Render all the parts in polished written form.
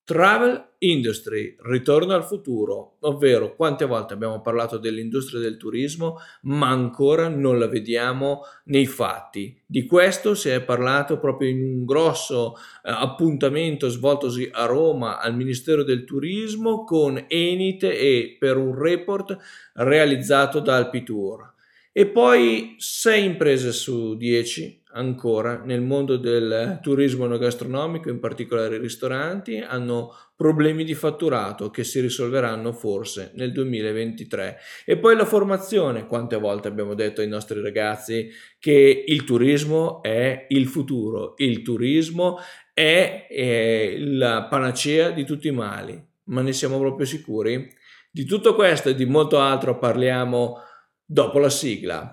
Travel industry, ritorno al futuro, ovvero quante volte abbiamo parlato dell'industria del turismo, ma ancora non la vediamo nei fatti. Di questo si è parlato proprio in un grosso appuntamento svoltosi a Roma al Ministero del Turismo con Enit e per un report realizzato da Alpitour. E poi 6 imprese su 10 ancora nel mondo del turismo enogastronomico, in particolare i ristoranti, hanno problemi di fatturato che si risolveranno forse nel 2023. E poi la formazione, quante volte abbiamo detto ai nostri ragazzi che il turismo è il futuro, il turismo è la panacea di tutti i mali, ma ne siamo proprio sicuri? Di tutto questo e di molto altro parliamo dopo la sigla.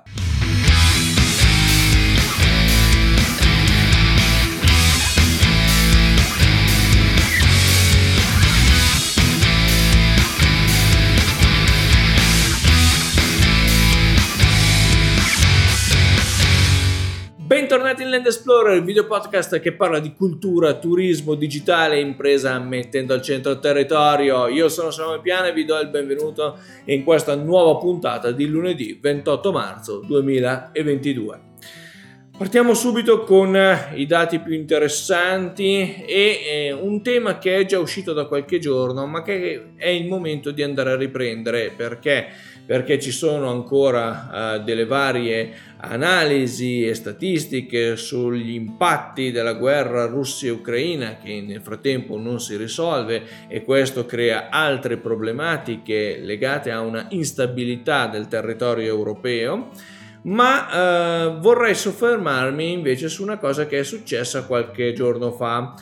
Bentornati in Land Explorer, il video podcast che parla di cultura, turismo, digitale e impresa mettendo al centro il territorio. Io sono Samuel Piana e vi do il benvenuto in questa nuova puntata di lunedì 28 marzo 2022. Partiamo subito con i dati più interessanti e un tema che è già uscito da qualche giorno ma che è il momento di andare a riprendere perché ci sono ancora delle varie analisi e statistiche sugli impatti della guerra Russia-Ucraina che nel frattempo non si risolve e questo crea altre problematiche legate a una instabilità del territorio europeo. Ma vorrei soffermarmi invece su una cosa che è successa qualche giorno fa,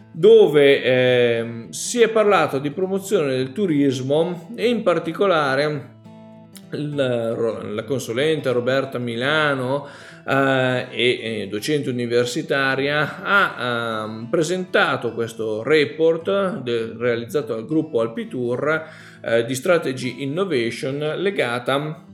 dove si è parlato di promozione del turismo e in particolare la consulente Roberta Milano e docente universitaria ha presentato questo report realizzato dal gruppo Alpitour di Strategy Innovation legata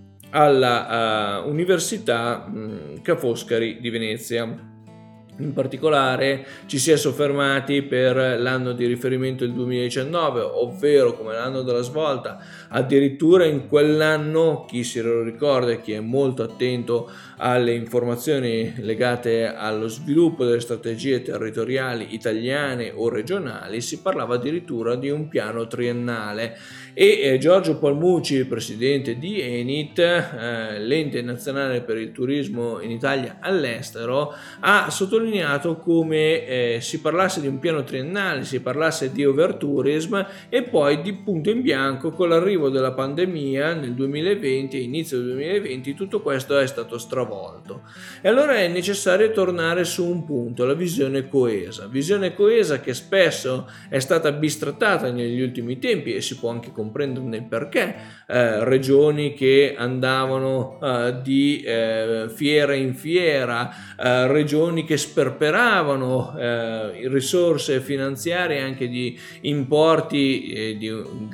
alla Università Ca' Foscari di Venezia. In particolare ci si è soffermati per l'anno di riferimento il 2019, ovvero come l'anno della svolta. Addirittura in quell'anno, chi se lo ricorda e chi è molto attento alle informazioni legate allo sviluppo delle strategie territoriali italiane o regionali, si parlava addirittura di un piano triennale e Giorgio Palmucci, il presidente di Enit, l'ente nazionale per il turismo in Italia all'estero, ha sottolineato come si parlasse di un piano triennale, si parlasse di overtourism e poi di punto in bianco con l'arrivo della pandemia nel 2020 e inizio del 2020 tutto questo è stato stravolto. E allora è necessario tornare su un punto, la visione coesa che spesso è stata bistrattata negli ultimi tempi e si può anche comprenderne il perché. Regioni che andavano di fiera in fiera, regioni che sperperavano risorse finanziarie anche di importi di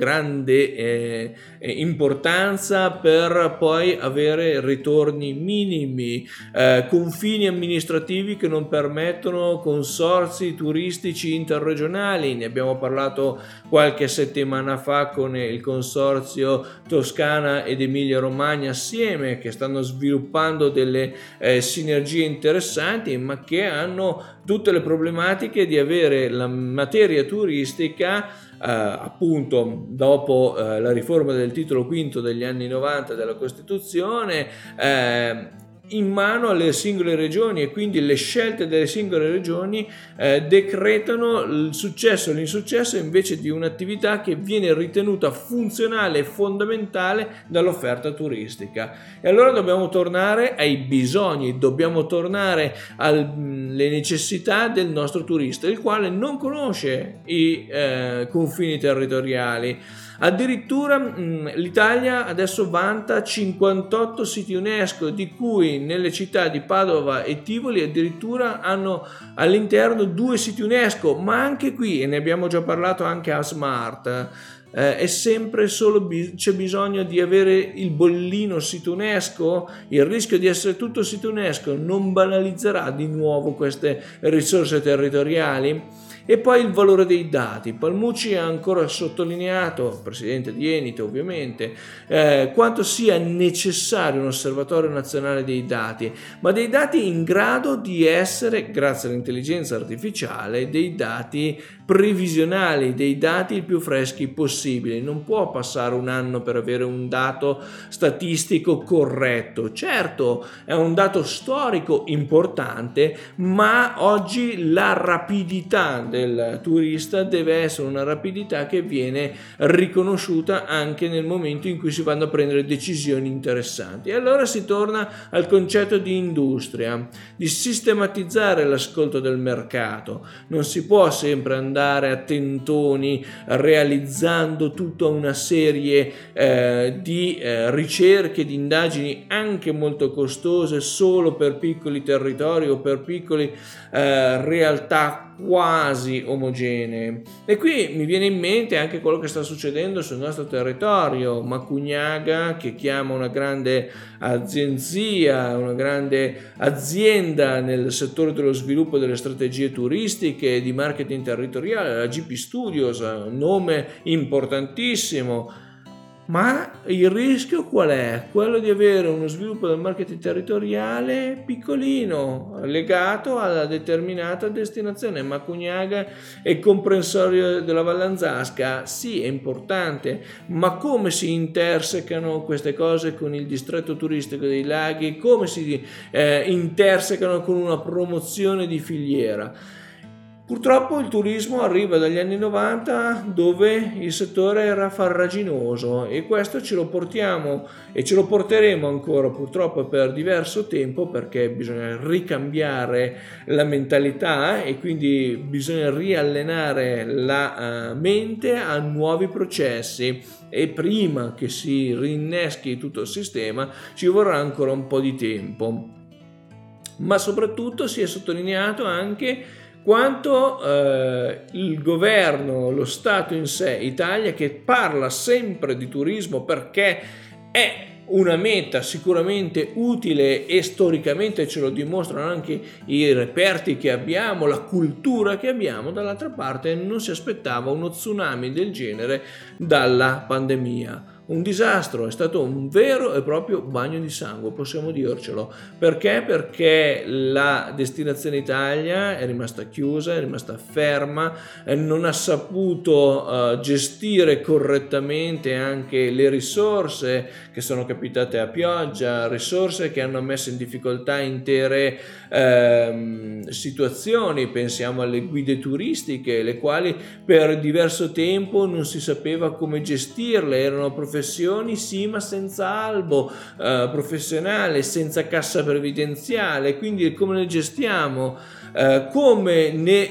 grande importanza per poi avere ritorni minimi, confini amministrativi che non permettono consorzi turistici interregionali. Ne abbiamo parlato qualche settimana fa con il consorzio Toscana ed Emilia Romagna assieme, che stanno sviluppando delle sinergie interessanti ma che hanno tutte le problematiche di avere la materia turistica appunto dopo la riforma del titolo quinto degli anni 90 della Costituzione in mano alle singole regioni e quindi le scelte delle singole regioni decretano il successo o l'insuccesso invece di un'attività che viene ritenuta funzionale e fondamentale dall'offerta turistica. E allora dobbiamo tornare ai bisogni, dobbiamo tornare alle necessità del nostro turista, il quale non conosce i confini territoriali. Addirittura l'Italia adesso vanta 58 siti UNESCO, di cui nelle città di Padova e Tivoli addirittura hanno all'interno 2 siti UNESCO, ma anche qui, e ne abbiamo già parlato anche a Smart, è sempre solo c'è bisogno di avere il bollino sito UNESCO. Il rischio di essere tutto sito UNESCO non banalizzerà di nuovo queste risorse territoriali? E poi il valore dei dati. Palmucci ha ancora sottolineato, presidente di Enite ovviamente, quanto sia necessario un osservatorio nazionale dei dati, ma dei dati in grado di essere, grazie all'intelligenza artificiale, dei dati previsionali, dei dati il più freschi possibili. Non può passare un anno per avere un dato statistico corretto. Certo, è un dato storico importante, ma oggi la rapidità del turista deve essere una rapidità che viene riconosciuta anche nel momento in cui si vanno a prendere decisioni interessanti. E allora si torna al concetto di industria, di sistematizzare l'ascolto del mercato. Non si può sempre andare a tentoni realizzando tutta una serie di ricerche, di indagini anche molto costose solo per piccoli territori o per piccoli realtà quasi omogenee. E qui mi viene in mente anche quello che sta succedendo sul nostro territorio. Macugnaga, che chiama una grande agenzia, una grande azienda nel settore dello sviluppo delle strategie turistiche e di marketing territoriale, la GP Studios, un nome importantissimo. Ma il rischio qual è? Quello di avere uno sviluppo del marketing territoriale piccolino, legato alla determinata destinazione. Macugnaga e il comprensorio della Vallanzasca, sì, è importante, ma come si intersecano queste cose con il distretto turistico dei laghi? Come si intersecano con una promozione di filiera? Purtroppo il turismo arriva dagli anni 90 dove il settore era farraginoso, e questo ce lo portiamo e ce lo porteremo ancora purtroppo per diverso tempo, perché bisogna ricambiare la mentalità e quindi bisogna riallenare la mente a nuovi processi, e prima che si rinneschi tutto il sistema ci vorrà ancora un po' di tempo. Ma soprattutto si è sottolineato anche quanto il governo, lo Stato in sé, Italia, che parla sempre di turismo perché è una meta sicuramente utile e storicamente ce lo dimostrano anche i reperti che abbiamo, la cultura che abbiamo, dall'altra parte non si aspettava uno tsunami del genere dalla pandemia. Un disastro, è stato un vero e proprio bagno di sangue, possiamo dircelo. Perché? Perché la destinazione Italia è rimasta chiusa, è rimasta ferma, non ha saputo gestire correttamente anche le risorse che sono capitate a pioggia, risorse che hanno messo in difficoltà intere situazioni. Pensiamo alle guide turistiche, le quali per diverso tempo non si sapeva come gestirle, erano professioni sì, ma senza albo professionale, senza cassa previdenziale. Quindi come le gestiamo? Come ne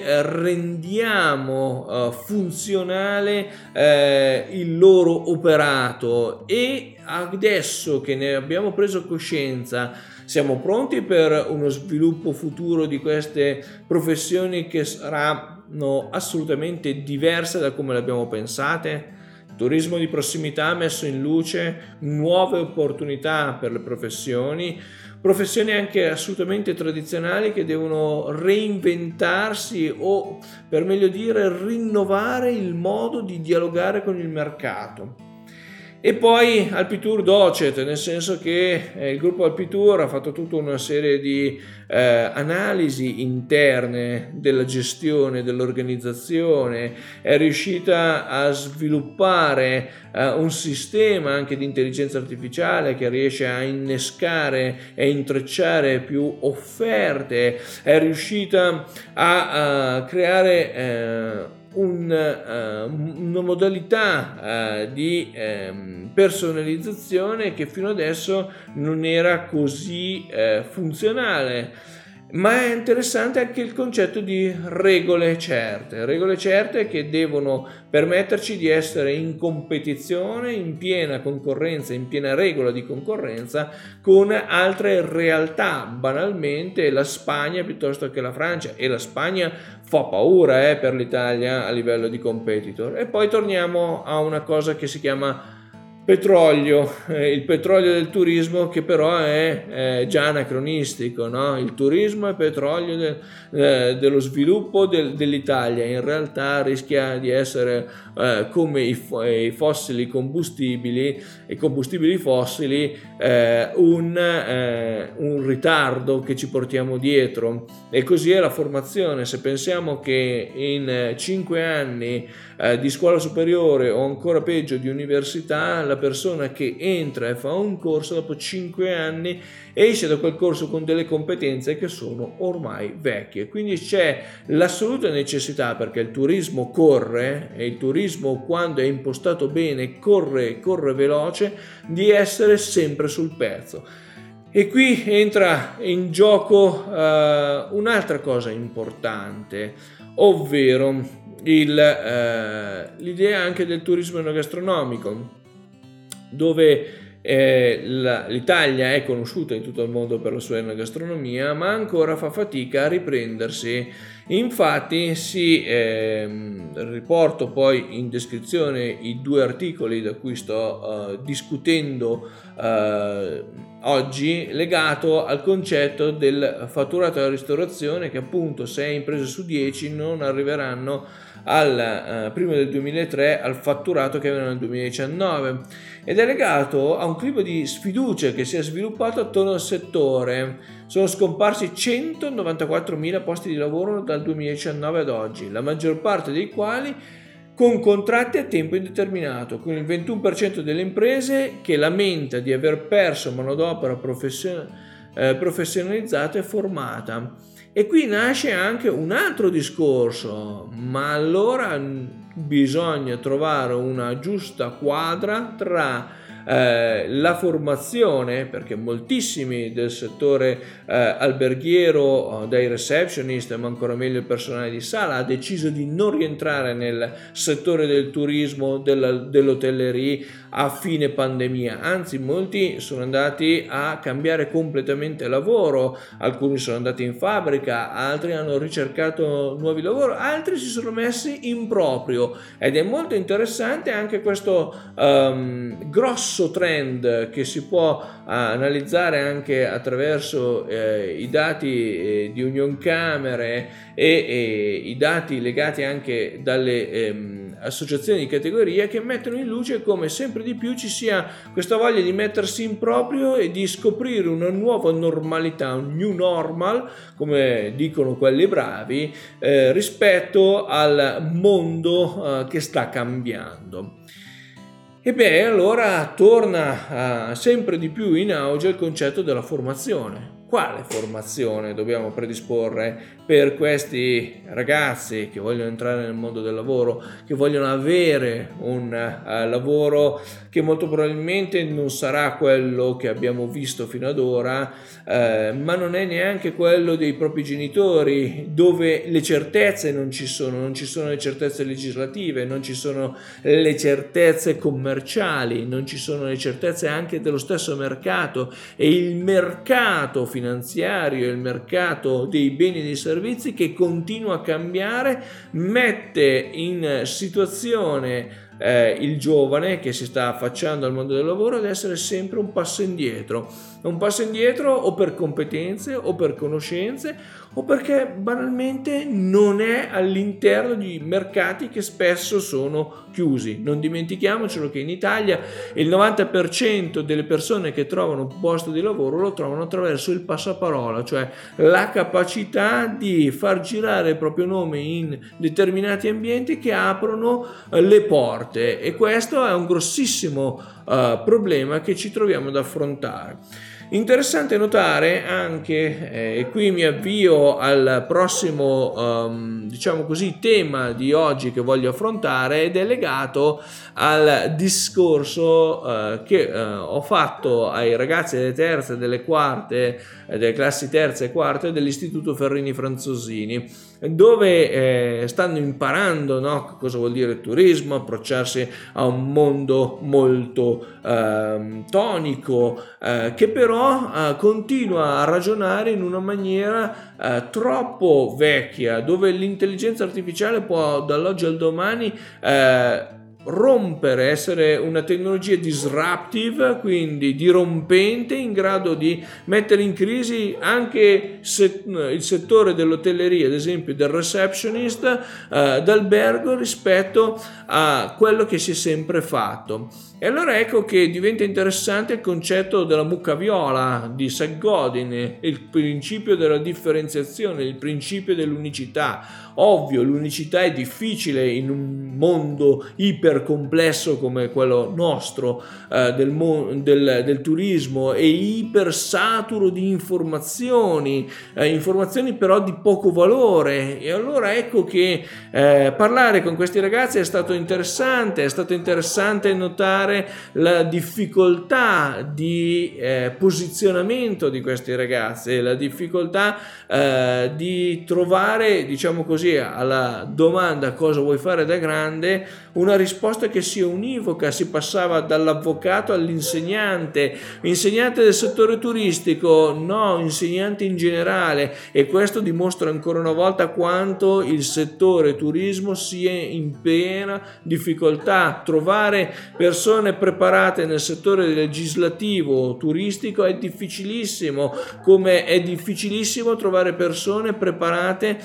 rendiamo funzionale il loro operato? E adesso che ne abbiamo preso coscienza, siamo pronti per uno sviluppo futuro di queste professioni che saranno assolutamente diverse da come le abbiamo pensate? Turismo di prossimità ha messo in luce nuove opportunità per le professioni anche assolutamente tradizionali che devono reinventarsi, o per meglio dire rinnovare il modo di dialogare con il mercato. E poi Alpitour docet, nel senso che il gruppo Alpitour ha fatto tutta una serie di analisi interne della gestione, dell'organizzazione, è riuscita a sviluppare un sistema anche di intelligenza artificiale che riesce a innescare e intrecciare più offerte, è riuscita a creare una modalità di personalizzazione che fino adesso non era così funzionale. Ma è interessante anche il concetto di regole certe che devono permetterci di essere in competizione, in piena concorrenza, in piena regola di concorrenza con altre realtà. Banalmente la Spagna piuttosto che la Francia, e la Spagna fa paura per l'Italia a livello di competitor. E poi torniamo a una cosa che si chiama petrolio, il petrolio del turismo, che però è già anacronistico, no? Il turismo è petrolio dello sviluppo dell'Italia, in realtà rischia di essere come i fossili combustibili, i combustibili fossili, un ritardo che ci portiamo dietro. E così è la formazione. Se pensiamo che in 5 anni di scuola superiore o ancora peggio di università, la persona che entra e fa un corso dopo 5 anni esce da quel corso con delle competenze che sono ormai vecchie. Quindi c'è l'assoluta necessità, perché il turismo corre, e il turismo, quando è impostato bene, corre veloce, di essere sempre sul pezzo. E qui entra in gioco un'altra cosa importante, ovvero l'idea anche del turismo enogastronomico, dove l'Italia è conosciuta in tutto il mondo per la sua enogastronomia, ma ancora fa fatica a riprendersi. Infatti riporto poi in descrizione i 2 articoli da cui sto discutendo oggi, legato al concetto del fatturato della ristorazione, che appunto 6 imprese su 10 non arriveranno prima del 2003 al fatturato che avevano nel 2019, ed è legato a un clima di sfiducia che si è sviluppato attorno al settore. Sono scomparsi 194.000 posti di lavoro dal 2019 ad oggi, la maggior parte dei quali con contratti a tempo indeterminato, con il 21% delle imprese che lamenta di aver perso manodopera professionalizzata e formata. E qui nasce anche un altro discorso: ma allora bisogna trovare una giusta quadra tra la formazione, perché moltissimi del settore alberghiero, dai receptionist ma ancora meglio il personale di sala, ha deciso di non rientrare nel settore del turismo, dell'hotellerie a fine pandemia, anzi molti sono andati a cambiare completamente lavoro, alcuni sono andati in fabbrica, altri hanno ricercato nuovi lavori, altri si sono messi in proprio, ed è molto interessante anche questo grosso trend che si può analizzare anche attraverso i dati di Unioncamere e i dati legati anche dalle associazioni di categoria, che mettono in luce come sempre di più ci sia questa voglia di mettersi in proprio e di scoprire una nuova normalità, un new normal, come dicono quelli bravi, rispetto al mondo che sta cambiando. E beh, allora torna sempre di più in auge il concetto della formazione. Quale formazione dobbiamo predisporre per questi ragazzi che vogliono entrare nel mondo del lavoro, che vogliono avere un lavoro che molto probabilmente non sarà quello che abbiamo visto fino ad ora, ma non è neanche quello dei propri genitori, dove le certezze non ci sono le certezze legislative, non ci sono le certezze commerciali, non ci sono le certezze anche dello stesso mercato, e il mercato finanziario e il mercato dei beni e dei servizi, che continua a cambiare, mette in situazione il giovane che si sta affacciando al mondo del lavoro ad essere sempre un passo indietro o per competenze o per conoscenze, o perché banalmente non è all'interno di mercati che spesso sono chiusi. Non dimentichiamocelo che in Italia il 90% delle persone che trovano un posto di lavoro lo trovano attraverso il passaparola, cioè la capacità di far girare il proprio nome in determinati ambienti che aprono le porte, e questo è un grossissimo problema che ci troviamo ad affrontare. Interessante notare anche, e qui mi avvio al prossimo diciamo così tema di oggi che voglio affrontare, ed è legato al discorso che ho fatto ai ragazzi delle terze e delle quarte, delle classi terze e quarte dell'Istituto Ferrini Franzosini, dove stanno imparando, no, cosa vuol dire turismo, approcciarsi a un mondo molto tonico, che però continua a ragionare in una maniera troppo vecchia, dove l'intelligenza artificiale può dall'oggi al domani rompere, essere una tecnologia disruptive, quindi dirompente, in grado di mettere in crisi anche il settore dell'hotelleria, ad esempio del receptionist d'albergo, rispetto a quello che si è sempre fatto. E allora ecco che diventa interessante il concetto della mucca viola di Seth Godin, il principio della differenziazione, il principio dell'unicità. Ovvio, l'unicità è difficile in un mondo ipercomplesso come quello nostro, del turismo, e ipersaturo di informazioni però di poco valore. E allora ecco che parlare con questi ragazzi è stato interessante notare la difficoltà di posizionamento di questi ragazzi, la difficoltà di trovare, diciamo così, alla domanda cosa vuoi fare da grande, una risposta che sia univoca. Si passava dall'avvocato all'insegnante, insegnante del settore turistico, no, insegnante in generale, e questo dimostra ancora una volta quanto il settore turismo sia in piena difficoltà. Trovare persone preparate nel settore legislativo turistico è difficilissimo, come è difficilissimo trovare persone preparate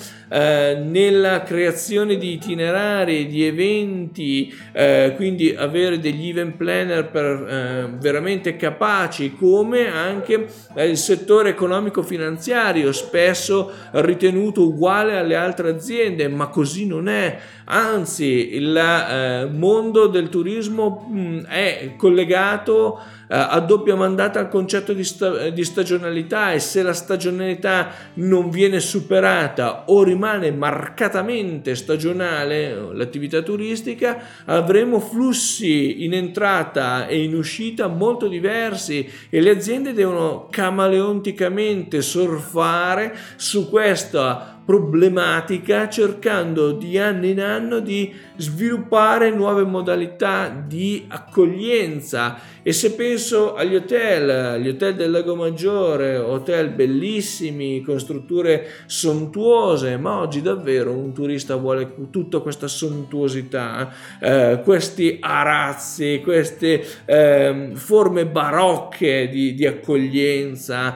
nella creazione di itinerari, di eventi, quindi avere degli event planner veramente capaci, come anche il settore economico-finanziario, spesso ritenuto uguale alle altre aziende, ma così non è. Anzi, il mondo del turismo è collegato a doppia mandata al concetto di stagionalità, e se la stagionalità non viene superata o rimane marcatamente stagionale l'attività turistica, avremo flussi in entrata e in uscita molto diversi, e le aziende devono camaleonticamente surfare su questa problematica, cercando di anno in anno di sviluppare nuove modalità di accoglienza. E se penso agli hotel del Lago Maggiore, hotel bellissimi con strutture sontuose, ma oggi davvero un turista vuole tutta questa sontuosità, questi arazzi, queste forme barocche di accoglienza,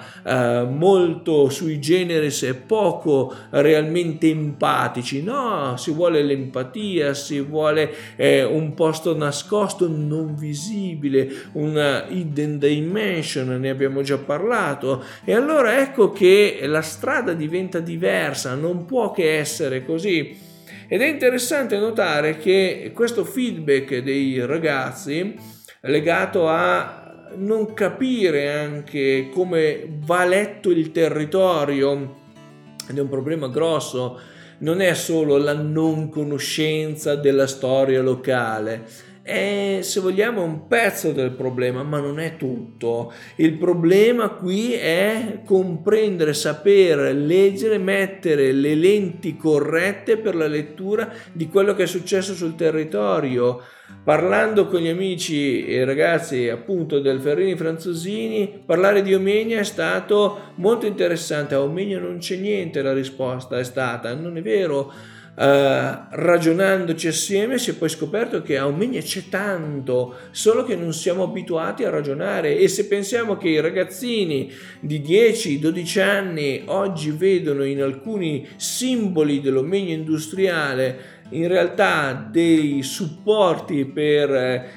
molto sui generis e poco realmente empatici. No, si vuole l'empatia, si vuole un posto nascosto, non visibile, una hidden dimension, ne abbiamo già parlato. E allora ecco che la strada diventa diversa, non può che essere così. Ed è interessante notare che questo feedback dei ragazzi, legato a non capire anche come va letto il territorio, ed è un problema grosso, non è solo la non conoscenza della storia locale, è, se vogliamo, un pezzo del problema, ma non è tutto. Il problema qui è comprendere, saper leggere, mettere le lenti corrette per la lettura di quello che è successo sul territorio. Parlando con gli amici e ragazzi appunto del Ferrini Franzosini, parlare di Omegna è stato molto interessante. A Omegna non c'è niente, la risposta è stata: non è vero. Ragionandoci assieme si è poi scoperto che a Omegna c'è tanto, solo che non siamo abituati a ragionare. E se pensiamo che i ragazzini di 10-12 anni oggi vedono in alcuni simboli dell'Omegna industriale in realtà dei supporti per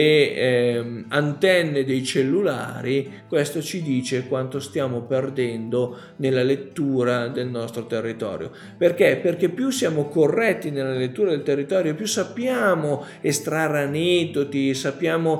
le antenne dei cellulari, questo ci dice quanto stiamo perdendo nella lettura del nostro territorio. Perché? Perché più siamo corretti nella lettura del territorio, più sappiamo estrarre aneddoti, sappiamo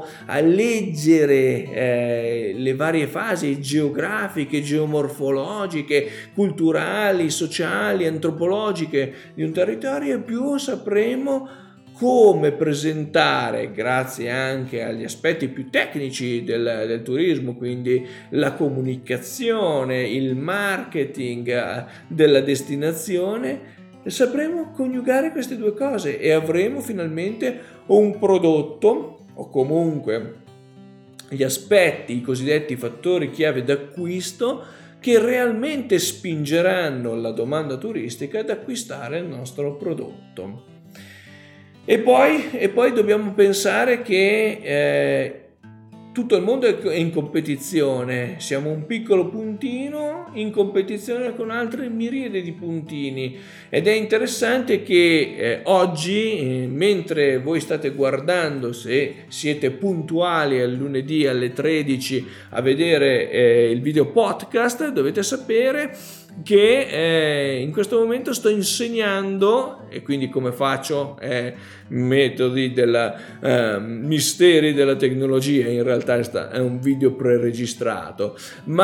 leggere le varie fasi geografiche, geomorfologiche, culturali, sociali, antropologiche di un territorio, più sapremo come presentare, grazie anche agli aspetti più tecnici del turismo, quindi la comunicazione, il marketing della destinazione, sapremo coniugare queste due cose e avremo finalmente un prodotto, o comunque gli aspetti, i cosiddetti fattori chiave d'acquisto, che realmente spingeranno la domanda turistica ad acquistare il nostro prodotto. E poi dobbiamo pensare che tutto il mondo è in competizione, siamo un piccolo puntino in competizione con altre miriadi di puntini, ed è interessante che oggi, mentre voi state guardando, se siete puntuali al lunedì alle 13 a vedere il video podcast, dovete sapere che in questo momento sto insegnando, e quindi come faccio? Metodi misteri della tecnologia, in realtà è un video preregistrato,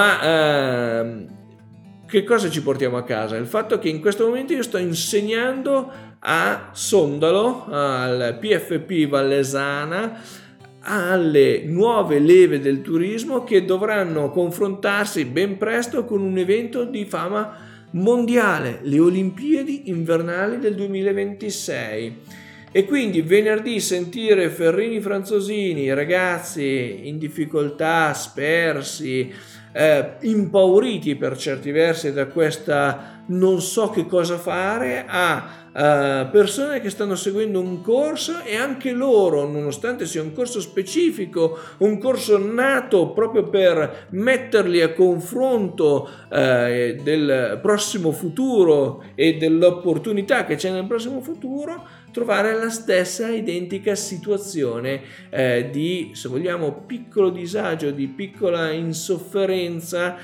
ma che cosa ci portiamo a casa? Il fatto che in questo momento io sto insegnando a Sondalo, al PFP Vallesana, alle nuove leve del turismo che dovranno confrontarsi ben presto con un evento di fama mondiale, le Olimpiadi invernali del 2026. E quindi venerdì sentire Ferrini Franzosini, ragazzi in difficoltà, spersi, impauriti per certi versi da questa non so che cosa fare, a persone che stanno seguendo un corso, e anche loro, nonostante sia un corso specifico, un corso nato proprio per metterli a confronto del prossimo futuro e dell'opportunità che c'è nel prossimo futuro, trovare la stessa identica situazione di, se vogliamo, piccolo disagio, di piccola insofferenza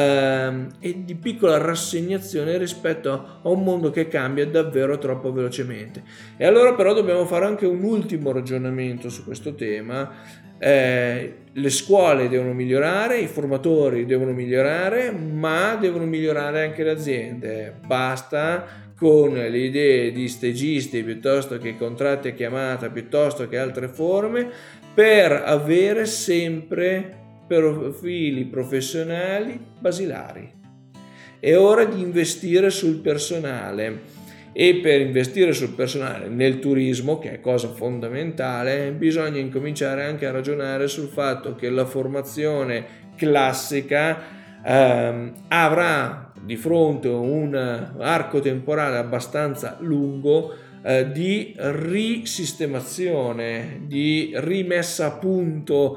e di piccola rassegnazione rispetto a un mondo che cambia davvero troppo velocemente. E allora però dobbiamo fare anche un ultimo ragionamento su questo tema. Le scuole devono migliorare, i formatori devono migliorare, ma devono migliorare anche le aziende. Basta con le idee di stagisti piuttosto che contratti a chiamata piuttosto che altre forme per avere sempre profili professionali basilari. È ora di investire sul personale, e per investire sul personale nel turismo, che è cosa fondamentale, bisogna incominciare anche a ragionare sul fatto che la formazione classica avrà di fronte un arco temporale abbastanza lungo di risistemazione, di rimessa a punto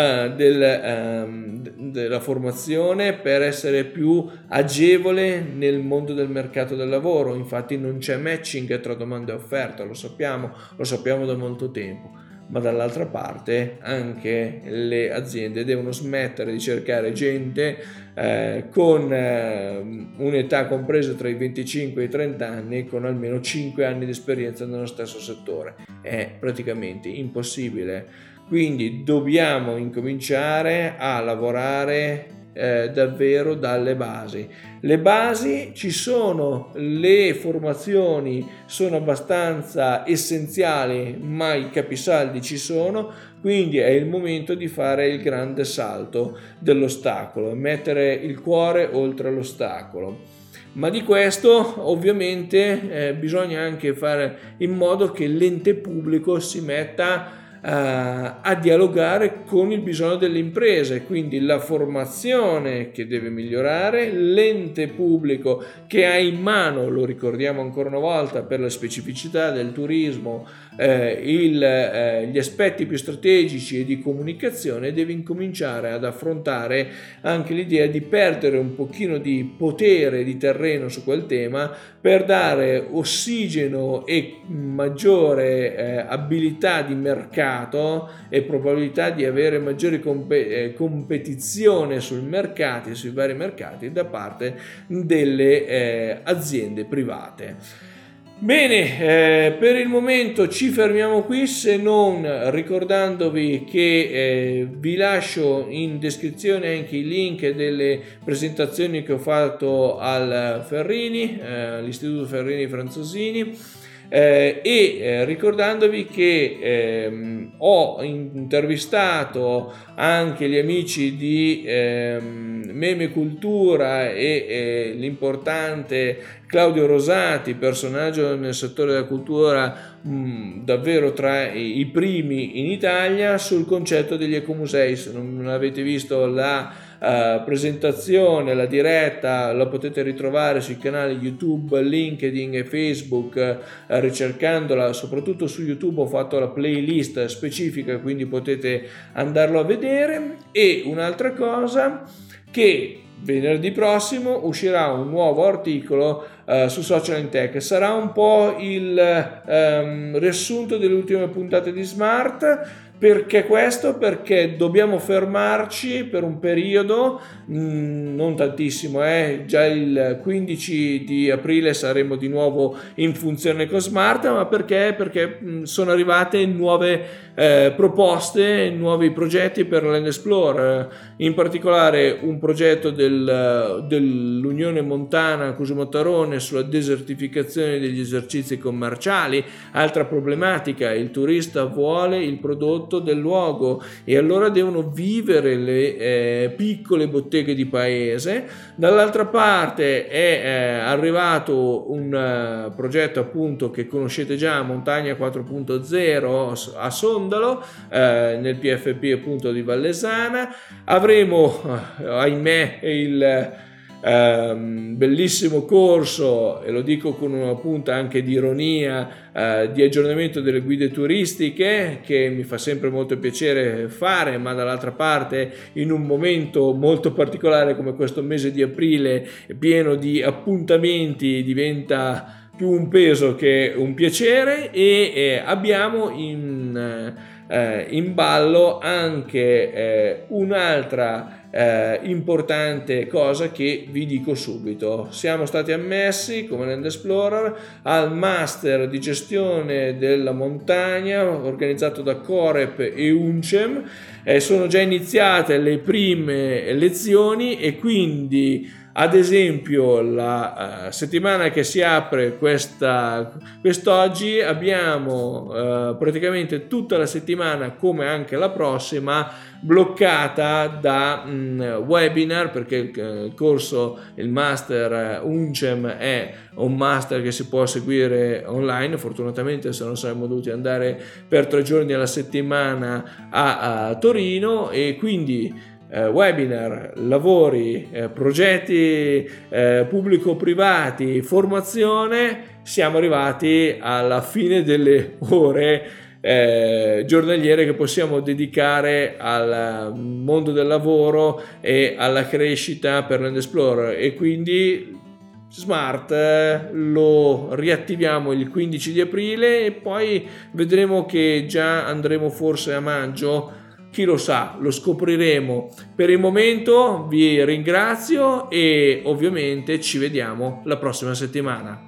della formazione per essere più agevole nel mondo del mercato del lavoro. Infatti non c'è matching tra domanda e offerta, lo sappiamo da molto tempo. Ma dall'altra parte anche le aziende devono smettere di cercare gente con un'età compresa tra i 25 e i 30 anni con almeno 5 anni di esperienza nello stesso settore. È praticamente impossibile. Quindi dobbiamo incominciare a lavorare davvero dalle basi. Le basi ci sono, le formazioni sono abbastanza essenziali, ma i capisaldi ci sono, quindi è il momento di fare il grande salto dell'ostacolo, mettere il cuore oltre l'ostacolo. Ma di questo ovviamente bisogna anche fare in modo che l'ente pubblico si metta a dialogare con il bisogno delle imprese, quindi la formazione che deve migliorare, l'ente pubblico che ha in mano, lo ricordiamo ancora una volta, per la specificità del turismo, gli aspetti più strategici e di comunicazione, deve incominciare ad affrontare anche l'idea di perdere un pochino di potere di terreno su quel tema per dare ossigeno e maggiore abilità di mercato e probabilità di avere maggiori competizione sui vari mercati da parte delle aziende private. Bene, per il momento ci fermiamo qui, se non ricordandovi che vi lascio in descrizione anche i link delle presentazioni che ho fatto al Ferrini, all'Istituto Ferrini Franzosini, e ricordandovi che ho intervistato anche gli amici di Meme Cultura e l'importante Claudio Rosati, personaggio nel settore della cultura davvero tra i primi in Italia, sul concetto degli ecomusei. Se non avete visto la presentazione, la diretta, la potete ritrovare sui canali YouTube, LinkedIn e Facebook, ricercandola. Soprattutto su YouTube ho fatto la playlist specifica, quindi potete andarlo a vedere. E un'altra cosa, che venerdì prossimo uscirà un nuovo articolo su Social in Tech. Sarà un po' il riassunto delle ultime puntate di Smart. Perché questo? Perché dobbiamo fermarci per un periodo, non tantissimo, già il 15 di aprile saremo di nuovo in funzione con Smart, ma perché sono arrivate nuove proposte, nuovi progetti per Land Explorer, in particolare un progetto dell'Unione Montana Cosimo Tarone sulla desertificazione degli esercizi commerciali. Altra problematica: il turista vuole il prodotto del luogo e allora devono vivere le piccole botteghe di paese. Dall'altra parte è arrivato un progetto appunto che conoscete già, Montagna 4.0 a Sondalo, nel PFP appunto di Vallesana. Avremo ahimè il bellissimo corso, e lo dico con una punta anche di ironia, di aggiornamento delle guide turistiche, che mi fa sempre molto piacere fare, ma dall'altra parte in un momento molto particolare come questo mese di aprile, pieno di appuntamenti, diventa più un peso che un piacere. E abbiamo in ballo anche un'altra importante cosa che vi dico subito. Siamo stati ammessi come Land Explorer al Master di gestione della montagna organizzato da Corep e UNCEM. Sono già iniziate le prime lezioni e quindi, ad esempio, la settimana che si apre quest'oggi abbiamo praticamente tutta la settimana, come anche la prossima, bloccata da webinar, perché il corso, il master UNCEM è un master che si può seguire online. Fortunatamente, se non saremmo dovuti andare per 3 giorni alla settimana a Torino, e quindi webinar, lavori, progetti pubblico-privati, formazione. Siamo arrivati alla fine delle ore giornaliere che possiamo dedicare al mondo del lavoro e alla crescita per Land Explorer, e quindi Smart lo riattiviamo il 15 di aprile e poi vedremo che già andremo forse a maggio. Chi lo sa, lo scopriremo. Per il momento vi ringrazio e ovviamente ci vediamo la prossima settimana.